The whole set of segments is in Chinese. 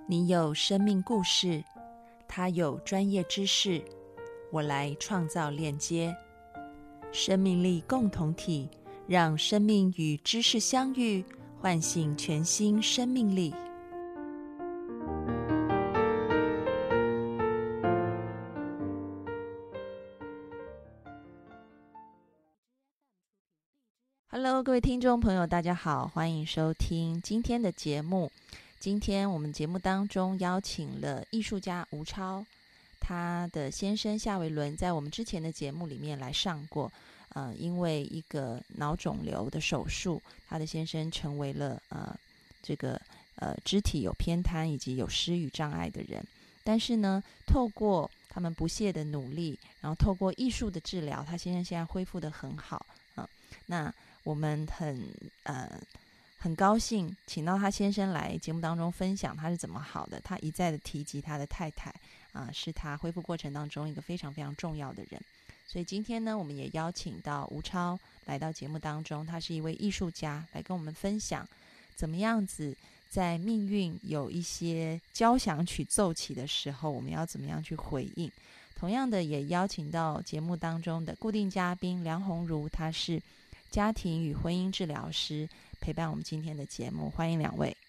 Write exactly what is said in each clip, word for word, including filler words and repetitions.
你有生命故事，他有专业知识，我来创造链接。生命力共同体，让生命与知识相遇，唤醒全新生命力。Hello， 各位听众朋友，大家好，欢迎收听今天的节目。今天我们节目当中邀请了艺术家吴超，他的先生夏维伦在我们之前的节目里面来上过，呃，因为一个脑肿瘤的手术，他的先生成为了呃这个呃肢体有偏瘫以及有失语障碍的人，但是呢，透过他们不懈的努力，然后透过艺术的治疗，他先生现在恢复得很好啊、呃。那我们很呃。很高兴请到他先生来节目当中分享他是怎么好的。他一再的提及他的太太啊、呃，是他恢复过程当中一个非常非常重要的人。所以今天呢，我们也邀请到吴超来到节目当中，他是一位艺术家，来跟我们分享怎么样子在命运有一些交响曲奏起的时候，我们要怎么样去回应。同样的，也邀请到节目当中的固定嘉宾梁鸿儒，他是家庭与婚姻治疗师，陪伴我们今天的节目，欢迎两位。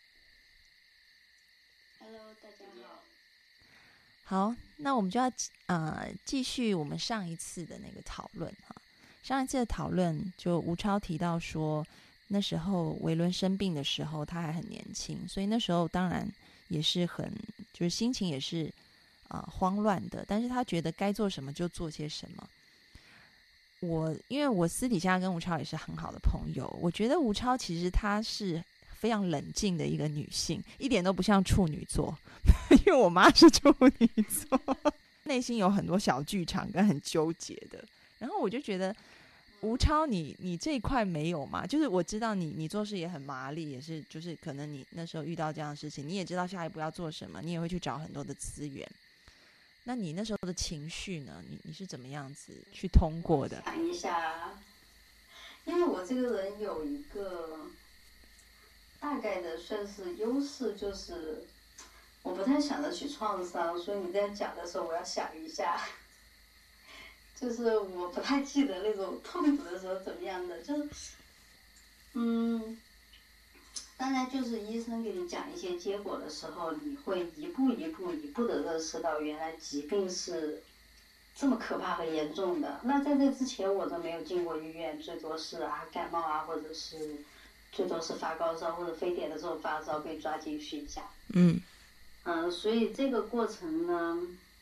Hello， 大家好。 好，那我们就要呃继续我们上一次的那个讨论哈。上一次的讨论就吴超提到说，那时候维伦生病的时候他还很年轻，所以那时候当然也是很就是心情也是啊、呃、慌乱的，但是他觉得该做什么就做些什么。我因为我私底下跟吴超也是很好的朋友，我觉得吴超其实她是非常冷静的一个女性，一点都不像处女座因为我妈是处女座内心有很多小剧场跟很纠结的。然后我就觉得吴超你你这一块没有嘛，就是我知道你你做事也很麻利，也是就是可能你那时候遇到这样的事情，你也知道下一步要做什么，你也会去找很多的资源。那你那时候的情绪呢？你你是怎么样子去通过的？ 想一下，因为我这个人有一个大概的算是优势，就是我不太想得起创伤，所以你在讲的时候，我要想一下，就是我不太记得那种痛苦的时候怎么样的，就是嗯。当然，就是医生给你讲一些结果的时候，你会一步一步一步的认识到原来疾病是这么可怕和严重的。那在这之前我都没有进过医院，最多是啊感冒啊，或者是最多是发高烧或者非典的时候发烧被抓进去一下。 嗯嗯、呃，所以这个过程呢，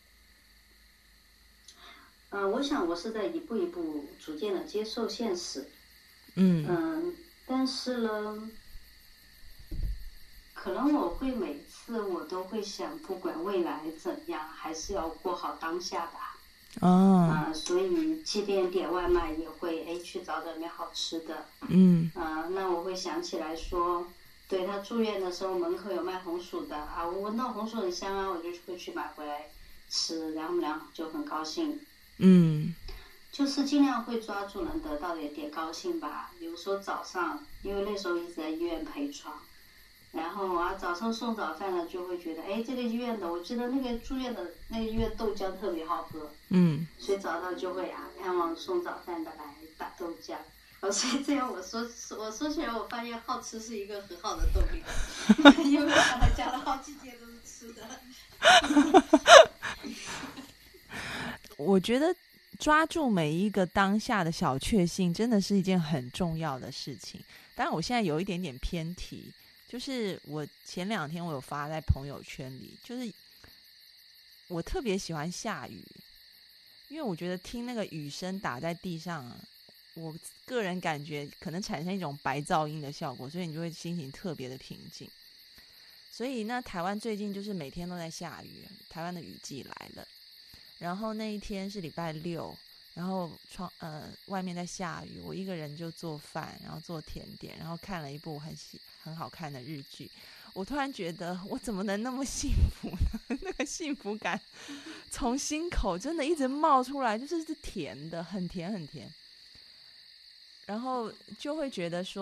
嗯、呃，我想我是在一步一步逐渐的接受现实。 嗯嗯、呃，但是呢。可能我会每次我都会想，不管未来怎样，还是要过好当下吧。 哦， 啊、呃，所以即便点外卖也会哎去找点好吃的。 嗯啊、呃，那我会想起来说，对他住院的时候门口有卖红薯的啊，我闻到红薯很香啊，我就会去买回来吃，然后我们俩就很高兴。 嗯， 就是尽量会抓住能得到的一点高兴吧。比如说早上，因为那时候一直在医院陪床。然后啊，早上送早饭了，就会觉得，哎，这个医院的，我记得那个住院的那个医院豆浆特别好喝，嗯，所以早上就会啊，盼望送早饭的来打豆浆。哦，所以这样我说，我说起来，我发现好吃是一个很好的动力，因为刚才讲了好几节都是吃的。 我觉得抓住每一个当下的小确幸，真的是一件很重要的事情。当然，我现在有一点点偏题。就是我前两天我有发在朋友圈里，就是我特别喜欢下雨，因为我觉得听那个雨声打在地上，我个人感觉可能产生一种白噪音的效果，所以你就会心情特别的平静。所以呢，台湾最近就是每天都在下雨，台湾的雨季来了。然后那一天是礼拜六，然后窗呃外面在下雨，我一个人就做饭，然后做甜点，然后看了一部很喜很好看的日剧。我突然觉得我怎么能那么幸福呢？那个幸福感从心口真的一直冒出来，就是是甜的，很甜很甜。然后就会觉得说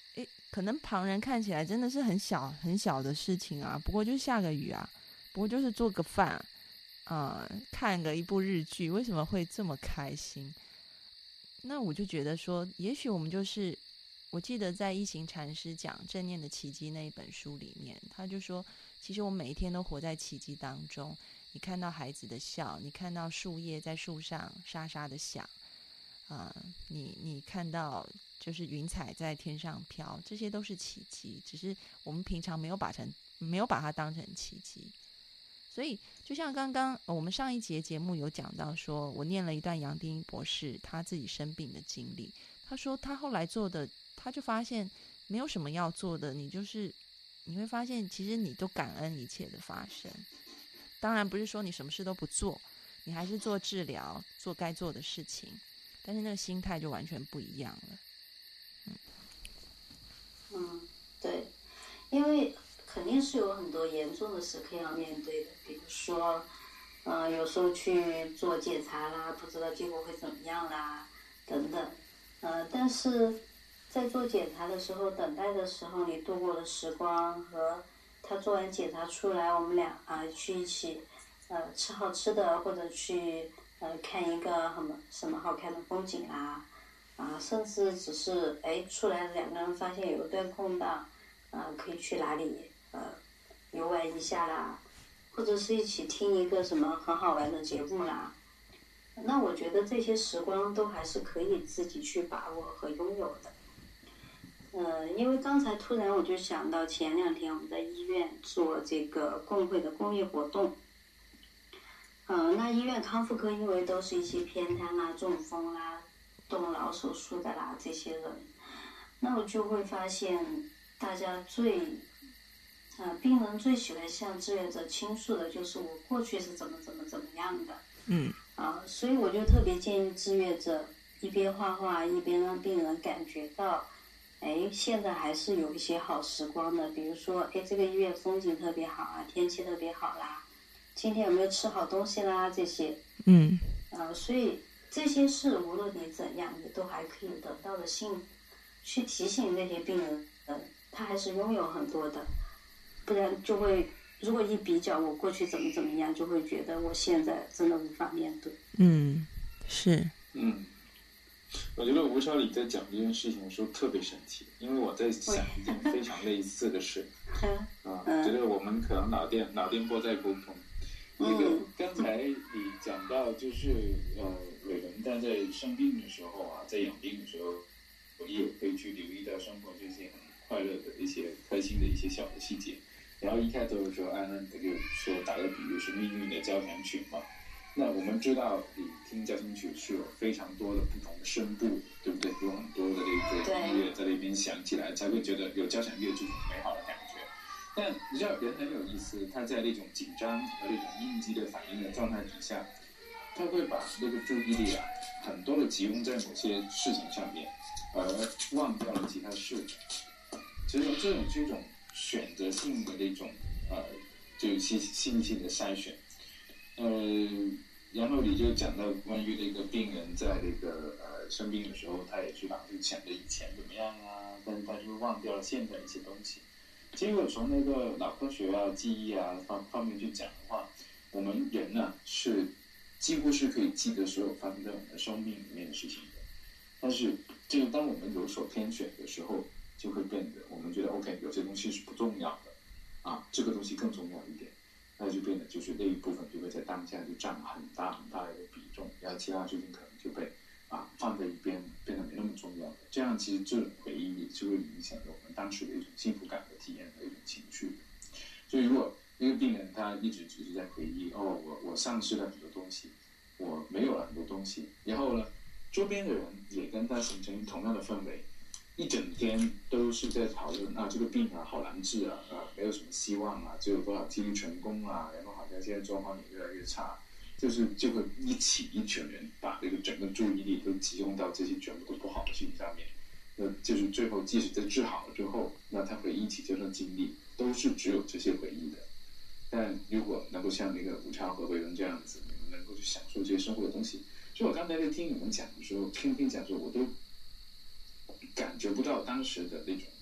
诶，可能旁人看起来真的是很小很小的事情啊，不过就下个雨啊，不过就是做个饭啊、呃，看个一部日剧，为什么会这么开心？那我就觉得说，也许我们就是，我记得在一行禅师讲《正念的奇迹》那一本书里面，他就说，其实我们每一天都活在奇迹当中。你看到孩子的笑，你看到树叶在树上沙沙的响，啊、呃，你你看到就是云彩在天上飘，这些都是奇迹，只是我们平常没有把成没有把它当成奇迹。所以就像刚刚我们上一节节目有讲到说，我念了一段杨定一博士他自己生病的经历，他说他后来做的，他就发现没有什么要做的，你就是你会发现其实你都感恩一切的发生。当然不是说你什么事都不做，你还是做治疗，做该做的事情，但是那个心态就完全不一样了。 嗯，嗯，对，因为肯定是有很多严重的时刻要面对的，比如说，嗯、呃，有时候去做检查啦，不知道结果会怎么样啦，等等，呃，但是在做检查的时候，等待的时候，你度过的时光和他做完检查出来，我们俩啊、呃、去一起，呃，吃好吃的，或者去呃看一个什么什么好看的风景啦，啊，甚至只是哎出来两个人发现有一段空档。呃，可以去哪里呃游玩一下啦，或者是一起听一个什么很好玩的节目啦。那我觉得这些时光都还是可以自己去把握和拥有的。呃，因为刚才突然我就想到前两天我们在医院做这个共会的公益活动。呃，那医院康复科因为都是一些偏瘫啦、中风啦、动脑手术的啦这些人，那我就会发现大家最，呃，病人最喜欢向志愿者倾诉的就是我过去是怎么怎么怎么样的。 嗯。 啊，所以我就特别建议志愿者一边画画一边让病人感觉到，哎，现在还是有一些好时光的，比如说，哎，这个医院风景特别好啊，天气特别好啦，今天有没有吃好东西啦这些。 嗯。 呃，所以这些事无论你怎样，你都还可以得到的幸福。去提醒那些病人，他还是拥有很多的，不然就会，如果一比较我过去怎么怎么样，就会觉得我现在真的无法面对。 嗯，是。 嗯，我觉得吴超理在讲这件事情的时候特别神奇，因为我在想一件非常类似的事。啊，觉得我们可能脑电脑电波在沟通。那个刚才你讲到就是呃，伟伦他在生病的时候啊，在养病的时候。我也会去留意到生活这些很快乐的一些开心的一些小的细节，然后一开头的时候，安安他就说打个比喻是命运的交响曲嘛。那我们知道，你听交响曲是有非常多的不同的声部，对不对？有很多的这个音乐在那边响起来，才会觉得有交响乐这种美好的感觉。但你知道人很有意思，他在那种紧张和那种应激的反应的状态底下，他会把那个注意力啊，很多的集中在某些事情上面。而忘掉了其他事，其实这种是一种选择性的那种呃，就是信信息的筛选。呃，然后你就讲到关于那个病人在那个呃生病的时候，他也是老是想着以前怎么样啊，但是他就忘掉了现在一些东西。结果从那个脑科学啊、记忆啊方方面去讲的话，我们人呢、啊、是几乎是可以记得所有发生在我们的生命里面的事情的。但是，这个当我们有所偏选的时候，就会变得我们觉得 OK， 有些东西是不重要的，啊，这个东西更重要一点，那就变得就是那一部分就会在当下就占很大很大的一个比重，然后其他事情可能就被啊放在一边，变得没那么重要了。这样其实这种回忆也是会影响着我们当时的一种幸福感的体验和一种情绪。所以，如果一个病人他一直只是在回忆，哦，我我丧失了很多东西，我没有了很多东西，然后呢？周边的人也跟他形成同样的氛围，一整天都是在讨论啊，这个病啊好难治啊，啊没有什么希望啊，只有多少几率成功啊，然后好像现在状况也越来越差，就是就会一起一群人把这个整个注意力都集中到这些全部都不好的事情上面，那就是最后即使在治好了之后，那他回忆起这段经历都是只有这些回忆的。但如果能够像那个吴超和伟伦这样子，你们能够去享受这些生活的东西。就我刚才在听你们讲的时候，听听讲的时候，我都感觉不到当时的那种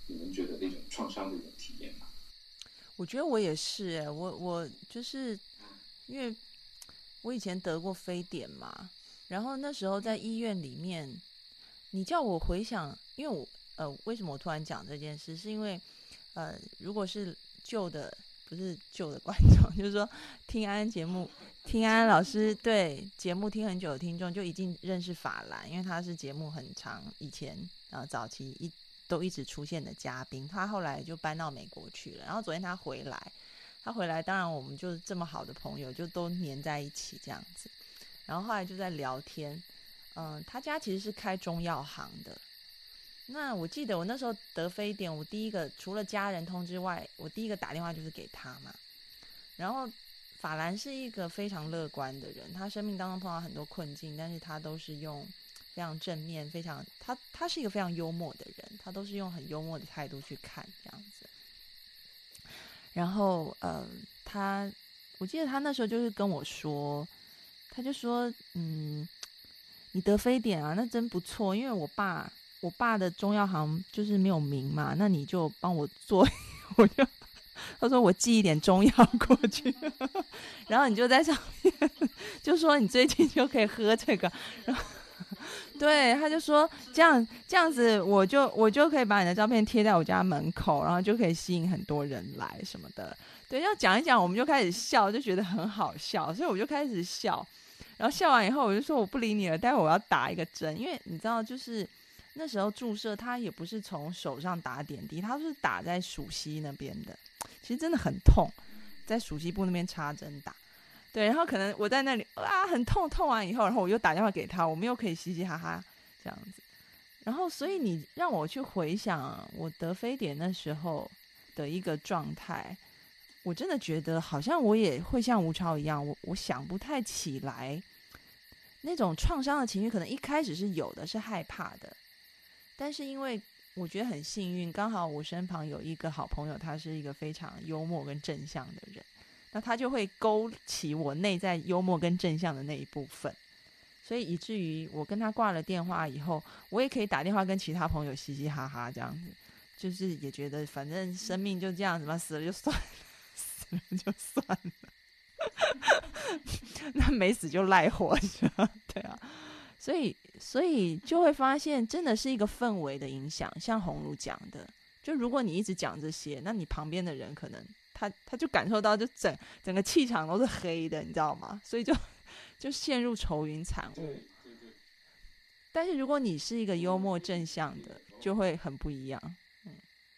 你们觉得那种创伤的一种体验吗？ 我觉得我也是、欸、我我就是因为我以前得过非典嘛，然后那时候在医院里面，你叫我回想，因为我呃为什么我突然讲这件事，是因为呃如果是旧的不是旧的观众，就是说听安安节目听安安老师对节目听很久的听众就已经认识法兰，因为他是节目很长以前呃早期一都一直出现的嘉宾，他后来就搬到美国去了，然后昨天他回来他回来当然我们就这么好的朋友就都黏在一起这样子，然后后来就在聊天，嗯、呃，他家其实是开中药行的，那我记得我那时候得非典，我第一个除了家人通知外，我第一个打电话就是给他嘛，然后法兰是一个非常乐观的人，他生命当中碰到很多困境，但是他都是用非常正面非常他他是一个非常幽默的人，他都是用很幽默的态度去看这样子，然后呃他我记得他那时候就是跟我说，他就说嗯你得非典啊那真不错，因为我爸我爸的中药行就是没有名嘛，那你就帮我做我就他说我寄一点中药过去然后你就在上面就说你最近就可以喝这个，然后对他就说这样这样子我就我就可以把你的照片贴在我家门口，然后就可以吸引很多人来什么的，对，要讲一讲我们就开始笑，就觉得很好笑，所以我就开始笑，然后笑完以后我就说我不理你了，待会我要打一个针，因为你知道就是那时候注射它也不是从手上打点滴，它是打在鼠蹊那边的，其实真的很痛，在鼠蹊部那边插针打，对，然后可能我在那里啊很痛，痛完以后然后我又打电话给他，我们又可以嘻嘻哈哈这样子，然后所以你让我去回想我得非典那时候的一个状态，我真的觉得好像我也会像吴超一样，我我想不太起来那种创伤的情绪，可能一开始是有的，是害怕的，但是因为我觉得很幸运，刚好我身旁有一个好朋友，他是一个非常幽默跟正向的人，那他就会勾起我内在幽默跟正向的那一部分，所以以至于我跟他挂了电话以后，我也可以打电话跟其他朋友嘻嘻哈哈这样子，就是也觉得反正生命就这样子嘛，死了就算了，死了就算了那没死就赖活着对啊，所以所以就会发现真的是一个氛围的影响，像鸿儒讲的，就如果你一直讲这些，那你旁边的人可能他他就感受到就整整个气场都是黑的，你知道吗？所以就就陷入愁云惨雾。但是如果你是一个幽默正向的，就会很不一样。嗯，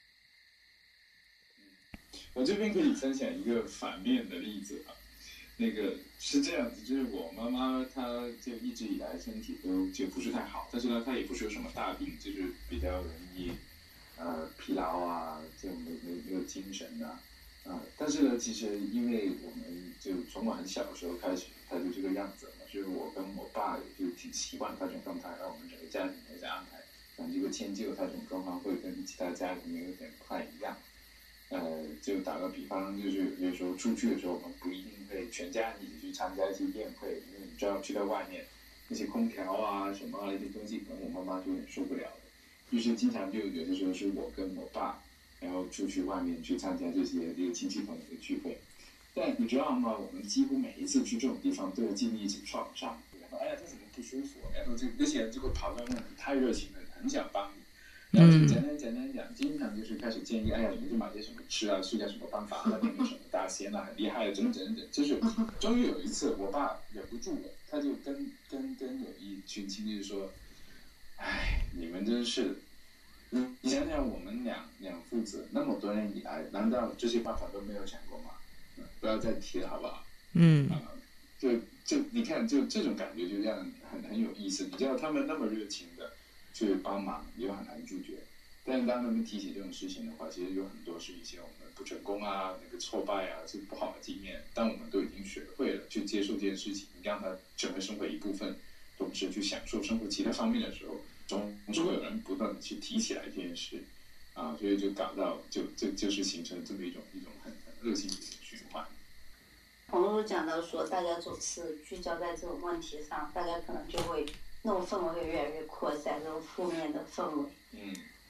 我这边可以分享一个反面的例子啊。那个是这样子，就是我妈妈她就一直以来身体都就不是太好，但是呢她也不是有什么大病，就是比较容易呃疲劳啊，就没没没有精神啊，啊、呃，但是呢其实因为我们就从我很小的时候开始，她就这个样子嘛，就是我跟我爸也就挺习惯她这种状态，然后我们整个家庭也在安排，像这个迁就她这种状况会跟其他家庭有点不太一样。呃，就打个比方，就是有时候出去的时候，我们不一定会全家一起去参加一些宴会，因为你知道去到外面那些空调啊什么啊那些东西，可能我妈妈就有点受不了的。于是经常就有的时候是我跟我爸，然后出去外面去参加这些这个亲戚朋友的聚会。但你知道吗？我们几乎每一次去这种地方都要经历一些创伤。然后哎呀，这怎么不舒服？然后这那些人就会跑到那里，太热情了，很想帮你。然后就简单简单讲，经常就是开始建议，哎呀，你们就买些什么吃啊，吃点什么办法啊，那个什么大仙啊，很厉害的，整整整，就是终于有一次，我爸忍不住了，他就跟跟跟有一群亲戚说，哎，你们真是，嗯，你想想我们两两父子那么多年以来，难道这些办法都没有想过吗？嗯、不要再提了，好不好？嗯啊、呃，就就你看，就这种感觉就这样很很有意思。你知道他们那么热情的去帮忙，也很难拒绝。但是当他们提起这种事情的话，其实有很多是一些我们不成功啊、那个挫败啊，是不好的经验。当我们都已经学会了去接受这件事情，让它成为生活一部分，同时去享受生活其他方面的时候，总是会有人不断的去提起来这件事，啊，所以就搞到就就就是形成这么一种一种很很恶性的循环。 鸿儒讲到说，大家总是聚焦在这种问题上，大家可能就会那种氛围会越来越扩散，这种负面的氛围。 嗯。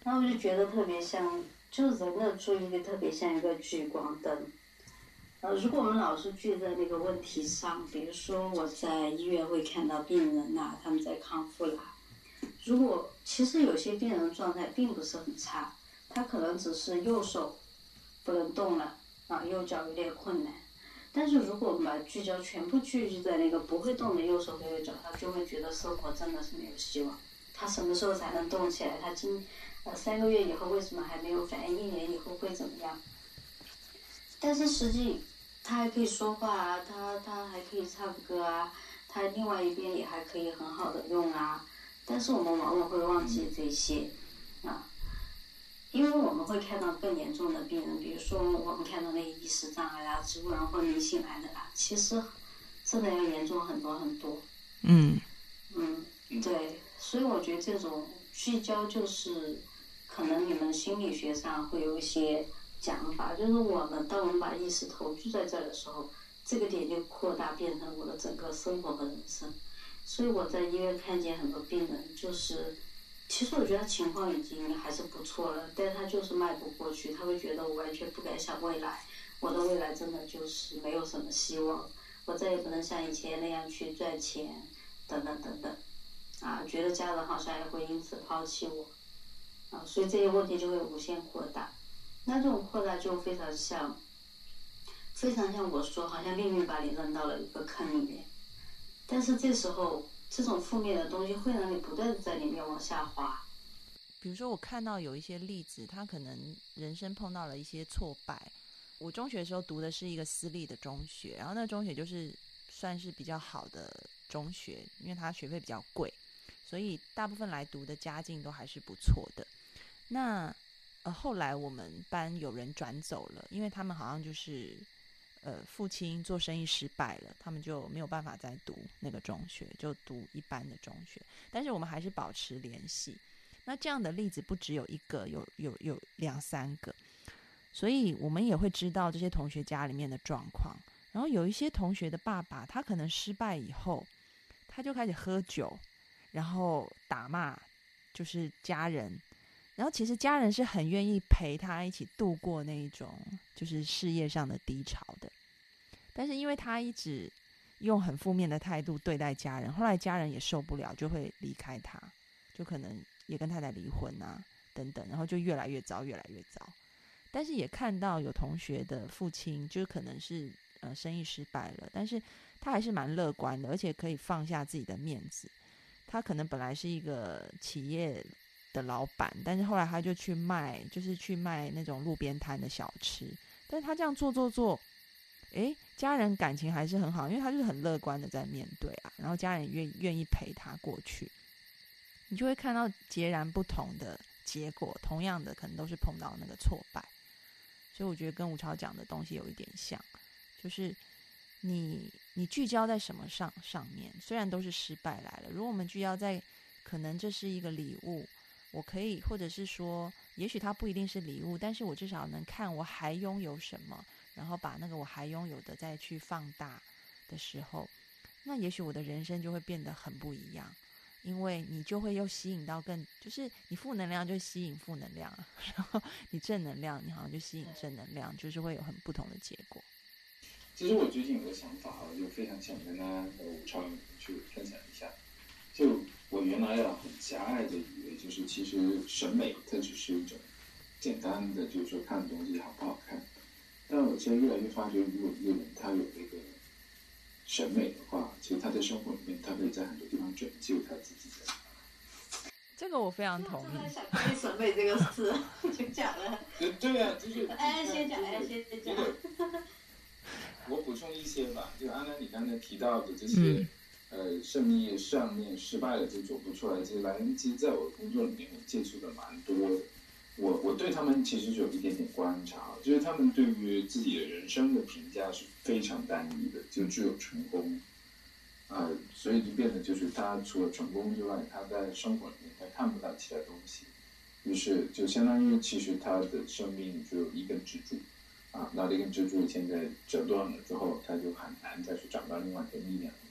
那我就觉得特别像，就是人的注意力特别像一个聚光灯。呃，如果我们老是聚在那个问题上，比如说我在医院会看到病人呐、啊，他们在康复啦。如果其实有些病人状态并不是很差，他可能只是右手不能动了啊，右脚有点困难。但是如果我们把聚焦全部聚集在那个不会动的右手和右脚，他就会觉得生活真的是没有希望。他什么时候才能动起来？他今呃三个月以后为什么还没有反应？一年以后会怎么样？但是实际他还可以说话啊，他他还可以唱歌啊，他另外一边也还可以很好的用啊。但是我们往往会忘记这些啊，因为我们会看到更严重的病人，比如说我们看到那意识障碍啊、植物人昏迷醒来的啦，其实真的要严重很多很多。 嗯嗯，对，所以我觉得这种聚焦就是可能你们心理学上会有一些讲法，就是我们当我们把意识投注在这儿的时候，这个点就扩大变成我的整个生活和人生。所以我在医院看见很多病人，就是其实我觉得他情况已经还是不错了，但他就是迈不过去，他会觉得我完全不敢想未来，我的未来真的就是没有什么希望，我再也不能像以前那样去赚钱，等等等等，啊，觉得家人好像也会因此抛弃我，啊，所以这些问题就会无限扩大。那这种扩大就非常像，非常像我说，好像命运把你扔到了一个坑里面。但是这时候，这种负面的东西会让你不断的在里面往下滑。 比如说，我看到有一些例子，他可能人生碰到了一些挫败。我中学的时候读的是一个私立的中学，然后那个中学就是算是比较好的中学，因为它学费比较贵，所以大部分来读的家境都还是不错的。那呃，后来我们班有人转走了，因为他们好像就是呃，父亲做生意失败了，他们就没有办法再读那个中学，就读一般的中学。但是我们还是保持联系。那这样的例子不只有一个，有有有两三个，所以我们也会知道这些同学家里面的状况。然后有一些同学的爸爸，他可能失败以后，他就开始喝酒，然后打骂，就是家人。然后其实家人是很愿意陪他一起度过那一种就是事业上的低潮的，但是因为他一直用很负面的态度对待家人，后来家人也受不了，就会离开他，就可能也跟太太离婚啊等等，然后就越来越糟越来越糟。但是也看到有同学的父亲就可能是呃生意失败了，但是他还是蛮乐观的，而且可以放下自己的面子。他可能本来是一个企业的老板，但是后来他就去卖，就是去卖那种路边摊的小吃。但是他这样做做做，诶，家人感情还是很好，因为他就是很乐观的在面对啊，然后家人愿愿意陪他过去，你就会看到截然不同的结果。同样的，可能都是碰到那个挫败，所以我觉得跟吴超讲的东西有一点像，就是你你聚焦在什么上上面，虽然都是失败来了，如果我们聚焦在可能这是一个礼物，我可以，或者是说也许它不一定是礼物，但是我至少能看我还拥有什么，然后把那个我还拥有的再去放大的时候，那也许我的人生就会变得很不一样。因为你就会又吸引到更，就是你负能量就吸引负能量，然后你正能量你好像就吸引正能量，就是会有很不同的结果。 其实我最近有个想法，我就非常想跟他和吴超去分享一下。就我原来啊很狭隘的以为，就是其实审美它只是一种简单的，就是说看东西好不好看。但我现在越来越发觉，如果一个人他有那个审美的话，其实他在生活里面，他可以在很多地方拯救他自己的。 这个我非常同意。 真的想看审美这个词，就讲了。 对对啊，就是。 哎，先讲，哎，先先讲。 我补充一些吧，就安安你刚才提到的这些， 嗯、 呃，胜利上面失败了就走不出来，这些来人，其实在我的工作里面我接触的蛮多的。我我对他们其实是有一点点观察，就是他们对于自己的人生的评价是非常单一的，就只有成功，呃，所以就变得就是他除了成功之外，他在生活里面他看不到其他东西，于是就相当于其实他的生命只有一根支柱，啊，那这根支柱现在折断了之后，他就很难再去找到另外一根力量。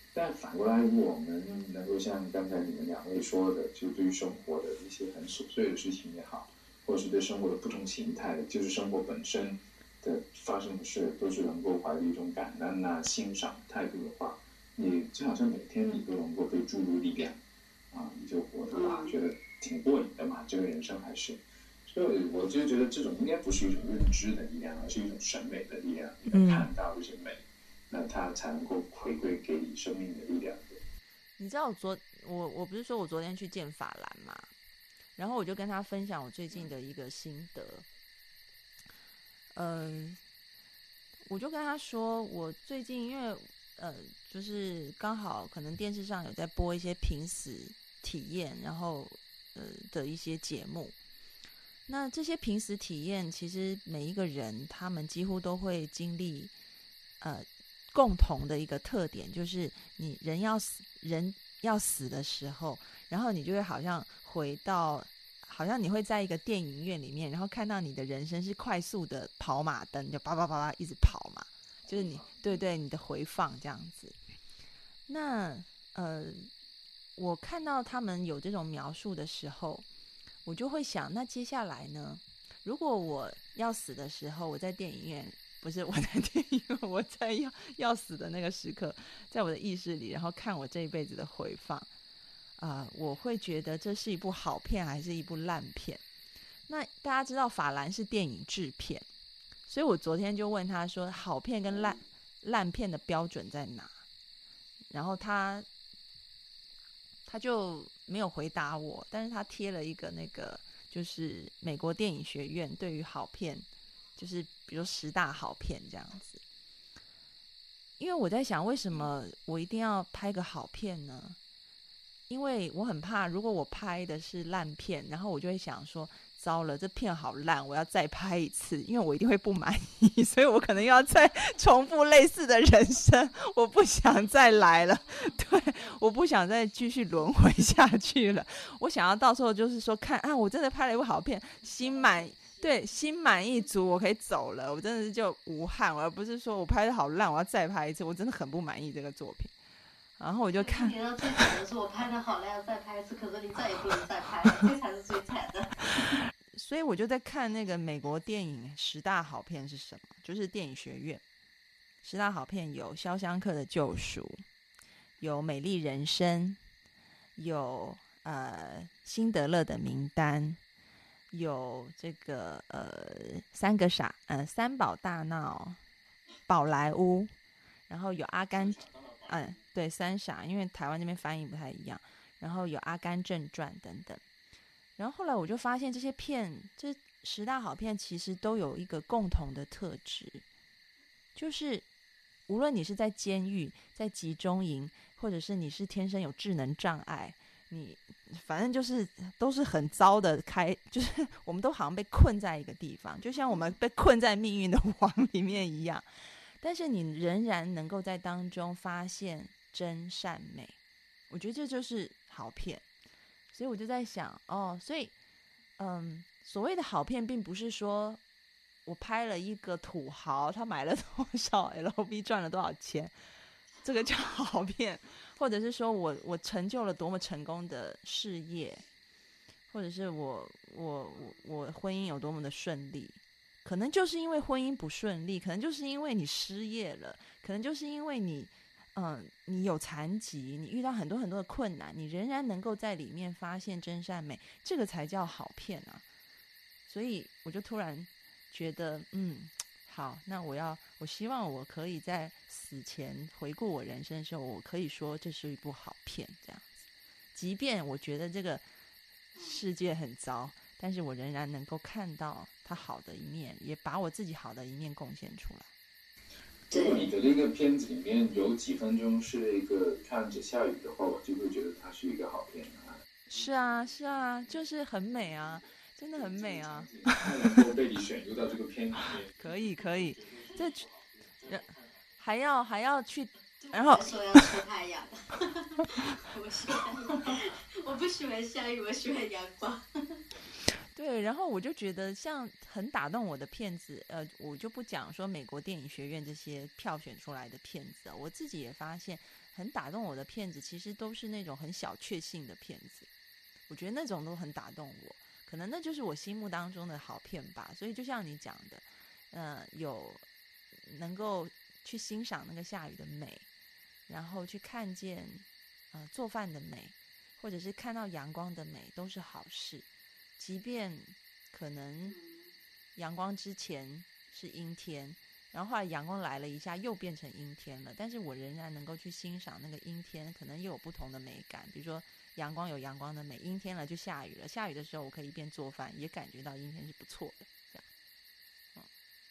但反过来，如果我们能够像刚才你们两位说的，就对于生活的一些很琐碎的事情也好，或者是对生活的不同形态，就是生活本身的发生的事，都是能够怀着一种感恩啊、欣赏态度的话，你就好像每天你都能够被注入力量啊，你就活得哇，觉得挺过瘾的嘛，这个人生还是。所以我就觉得这种应该不是一种认知的力量，而是一种审美的力量。你能看到这些美，那它才能够回归给你生命的力量。 你知道我昨我我不是说我昨天去见法兰嘛，然后我就跟他分享我最近的一个心得。嗯，我就跟他说，我最近因为呃，就是刚好可能电视上有在播一些濒死体验，然后呃的一些节目。那这些濒死体验，其实每一个人他们几乎都会经历，呃，共同的一个特点，就是你人要死，人要死的时候，然后你就会好像回到，好像你会在一个电影院里面，然后看到你的人生是快速的跑马灯，就叭叭叭叭一直跑嘛，就是你对对你的回放这样子。那呃，我看到他们有这种描述的时候，我就会想，那接下来呢？如果我要死的时候，我在电影院，不是我在电影院，我在要要死的那个时刻，在我的意识里，然后看我这一辈子的回放，啊、呃，我会觉得这是一部好片还是一部烂片？那大家知道法兰是电影制片，所以我昨天就问他说，好片跟烂烂片的标准在哪？然后他他就没有回答我，但是他贴了一个那个就是美国电影学院对于好片，就是比如十大好片这样子。因为我在想，为什么我一定要拍个好片呢？因为我很怕，如果我拍的是烂片，然后我就会想说，糟了，这片好烂，我要再拍一次，因为我一定会不满意，所以我可能要再重复类似的人生，我不想再来了，对，我不想再继续轮回下去了。我想要到时候就是说，看啊，我真的拍了一部好片，心满对心满意足，我可以走了，我真的是就无憾，而不是说我拍的好烂，我要再拍一次，我真的很不满意这个作品。然后我就看， 你到最惨的是我拍的好了要再拍一次，可是你再也不能再拍了，这才是最惨的。 所以我就在看那个美国电影十大好片是什么，就是电影学院十大好片有《肖申克的救赎》，有《美丽人生》，有呃辛德勒的名单，有这个呃三个傻呃三宝大闹宝莱坞，然后有阿甘。嗯，对，三傻，因为台湾那边翻译不太一样，然后有《阿甘正传》等等，然后后来我就发现这些片，这十大好片其实都有一个共同的特质，就是无论你是在监狱、在集中营，或者是你是天生有智能障碍，你反正就是都是很糟的开，就是我们都好像被困在一个地方，就像我们被困在命运的网里面一样。但是你仍然能够在当中发现真善美，我觉得这就是好片。所以我就在想，哦，所以，嗯，所谓的好片，并不是说我拍了一个土豪，他买了多少 L V 赚了多少钱，这个叫好片，或者是说我我成就了多么成功的事业，或者是我我我我婚姻有多么的顺利。可能就是因为婚姻不顺利，可能就是因为你失业了，可能就是因为你，嗯、呃，你有残疾，你遇到很多很多的困难，你仍然能够在里面发现真善美，这个才叫好片啊！所以我就突然觉得，嗯，好，那我要，我希望我可以在死前回顾我人生的时候，我可以说这是一部好片，这样子。即便我觉得这个世界很糟，但是我仍然能够看到他好的一面，也把我自己好的一面贡献出来。 如果你的这个片子里面有几分钟是那个看着下雨的话，我就会觉得它是一个好片啊。 是啊，是啊，就是很美啊，真的很美啊。 能够被你选入到这个片里面， 可以可以，这还要还要去，然后说要出太阳，我喜欢，我不喜欢下雨，我喜欢阳光。 对，然后我就觉得像很打动我的片子，呃，我就不讲说美国电影学院这些票选出来的片子，我自己也发现很打动我的片子，其实都是那种很小确幸的片子，我觉得那种都很打动我，可能那就是我心目当中的好片吧。所以就像你讲的，呃，有能够去欣赏那个下雨的美，然后去看见呃做饭的美，或者是看到阳光的美，都是好事。即便可能阳光之前是阴天，然后后来阳光来了一下又变成阴天了，但是我仍然能够去欣赏那个阴天，可能又有不同的美感。比如说阳光有阳光的美，阴天了就下雨了，下雨的时候我可以一边做饭也感觉到阴天是不错的，这样。嗯，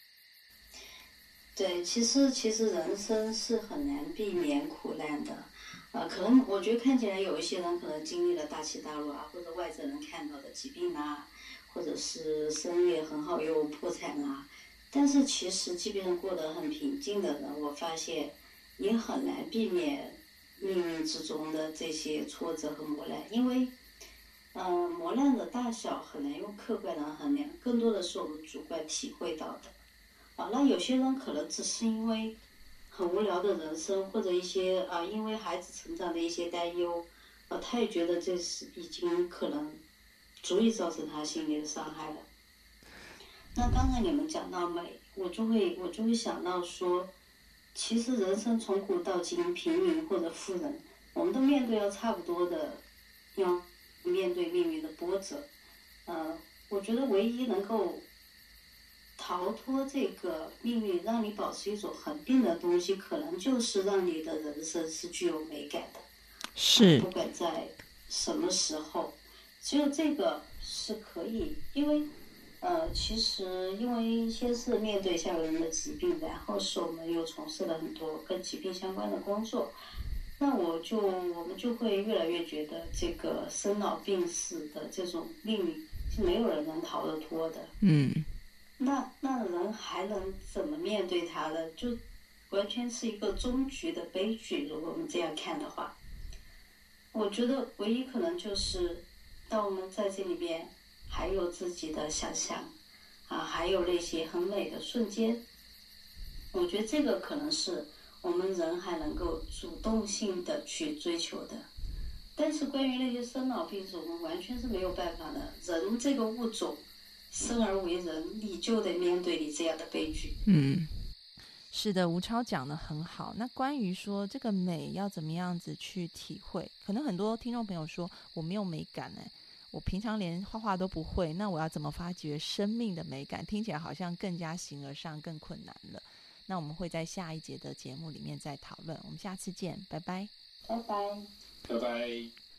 对，其实其实人生是很难避免苦难的，呃，可能我觉得看起来有一些人可能经历了大起大落啊，或者外在人看到的疾病啊，或者是生意很好又破产啊，但是其实即便是过得很平静的人，我发现也很难避免命运之中的这些挫折和磨难，因为，呃，磨难的大小很难用客观来衡量，更多的是我们主观体会到的。啊，那有些人可能只是因为很无聊的人生，或者一些啊，因为孩子成长的一些担忧，啊，他也觉得这是已经可能足以造成他心理的伤害了。那刚才你们讲到美，我就会我就会想到说，其实人生从古到今，平民或者富人，我们都面对要差不多的，要面对命运的波折。呃，我觉得唯一能够逃脱这个命运，让你保持一种恒定的东西，可能就是让你的人生是具有美感的。 是， 不管在什么时候，只有这个是可以，因为呃，其实因为先是面对下人的疾病，然后是我们又从事了很多跟疾病相关的工作，那我就我们就会越来越觉得这个生老病死的这种命运是没有人能逃得脱的。 嗯。 那那人还能怎么面对它呢？就完全是一个终局的悲剧。如果我们这样看的话，我觉得唯一可能就是，当我们在这里边还有自己的想象，啊，还有那些很美的瞬间，我觉得这个可能是我们人还能够主动性的去追求的。但是关于那些生老病死，我们完全是没有办法的。人这个物种生而为人，你就得面对你这样的悲剧。 嗯，是的，吴超讲得很好。那关于说这个美要怎么样子去体会，可能很多听众朋友说我没有美感哎，我平常连画画都不会，那我要怎么发掘生命的美感？听起来好像更加形而上，更困难了。那我们会在下一节的节目里面再讨论。我们下次见，拜拜。 拜拜。 拜拜。